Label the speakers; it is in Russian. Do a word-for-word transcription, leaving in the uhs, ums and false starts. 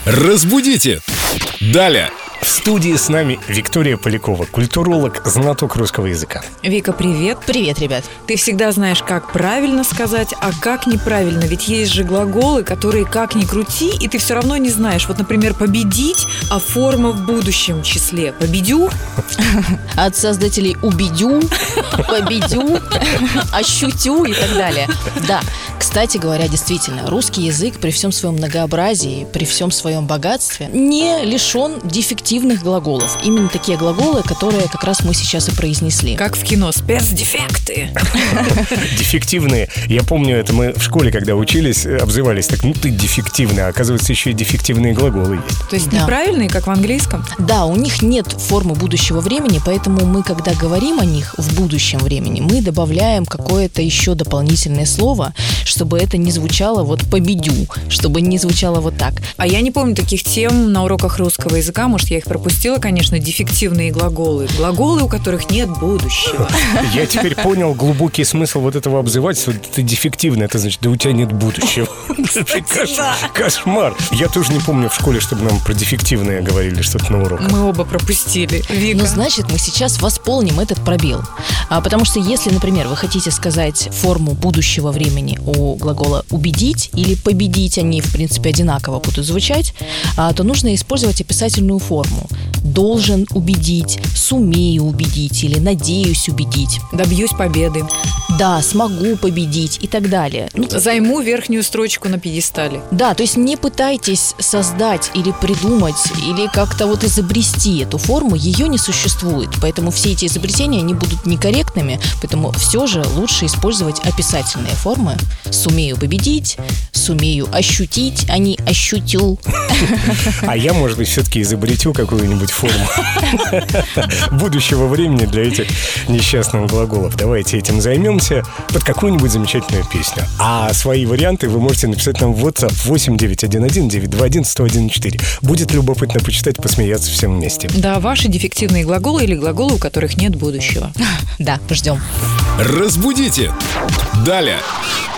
Speaker 1: Разбудите! Далее!
Speaker 2: В студии с нами Виктория Полякова, культуролог, знаток русского языка.
Speaker 3: Вика, привет.
Speaker 4: Привет, ребят.
Speaker 3: Ты всегда знаешь, как правильно сказать, а как неправильно. Ведь есть же глаголы, которые как ни крути, и ты все равно не знаешь. Вот, например, победить, а форма в будущем числе. Победю.
Speaker 4: От создателей убедю, победю, ощутю и так далее. Да, кстати говоря, действительно, русский язык при всем своем многообразии, при всем своем богатстве не лишен дефективных глаголов. Именно такие глаголы, которые как раз мы сейчас и произнесли.
Speaker 3: Как в кино, спецдефекты.
Speaker 2: Дефективные. Я помню, это мы в школе, когда учились, обзывались так: ну ты дефективный, а оказывается, еще и дефективные глаголы есть.
Speaker 3: То есть
Speaker 4: Да.
Speaker 3: неправильные, как в английском?
Speaker 4: Да, у них нет формы будущего времени, поэтому мы, когда говорим о них в будущем времени, мы добавляем какое-то еще дополнительное слово, чтобы это не звучало вот «победю», чтобы не звучало вот так.
Speaker 3: А я не помню таких тем на уроках русского языка. Может, я их пропустила, конечно, дефективные глаголы. Глаголы, у которых нет будущего.
Speaker 2: Я теперь понял глубокий смысл вот этого обзывательства. Ты дефективный, это значит, да у тебя нет будущего. Это кош- Кошмар. Я тоже не помню в школе, чтобы нам про дефективное говорили что-то на уроках.
Speaker 3: Мы оба пропустили. Вика.
Speaker 4: Ну, значит, мы сейчас восполним этот пробел. А, потому что если, например, вы хотите сказать форму будущего времени у глагола «убедить» или «победить», они, в принципе, одинаково будут звучать, а, то нужно использовать описательную форму. «Должен убедить», «сумею убедить» или «надеюсь убедить».
Speaker 3: Добьюсь победы.
Speaker 4: Да, «смогу победить» и так далее. Ну,
Speaker 3: Займу верхнюю строчку на пьедестале.
Speaker 4: да, то есть не пытайтесь создать или придумать, или как-то вот изобрести эту форму, ее не существует. Поэтому все эти изобретения, они будут некорректными, поэтому все же лучше использовать описательные формы. «Сумею победить», «сумею ощутить», а не «ощутю».
Speaker 2: А я, может быть, все-таки изобретю какую-нибудь форму будущего времени для этих несчастных глаголов. Давайте этим займемся под какую-нибудь замечательную песню. А свои варианты вы можете написать нам в WhatsApp восемь девятьсот одиннадцать девятьсот двадцать один сто один четыре. Будет любопытно почитать, посмеяться всем вместе.
Speaker 3: Да, ваши дефективные глаголы или глаголы, у которых нет будущего.
Speaker 4: Да, ждем.
Speaker 1: Разбудите! Далее!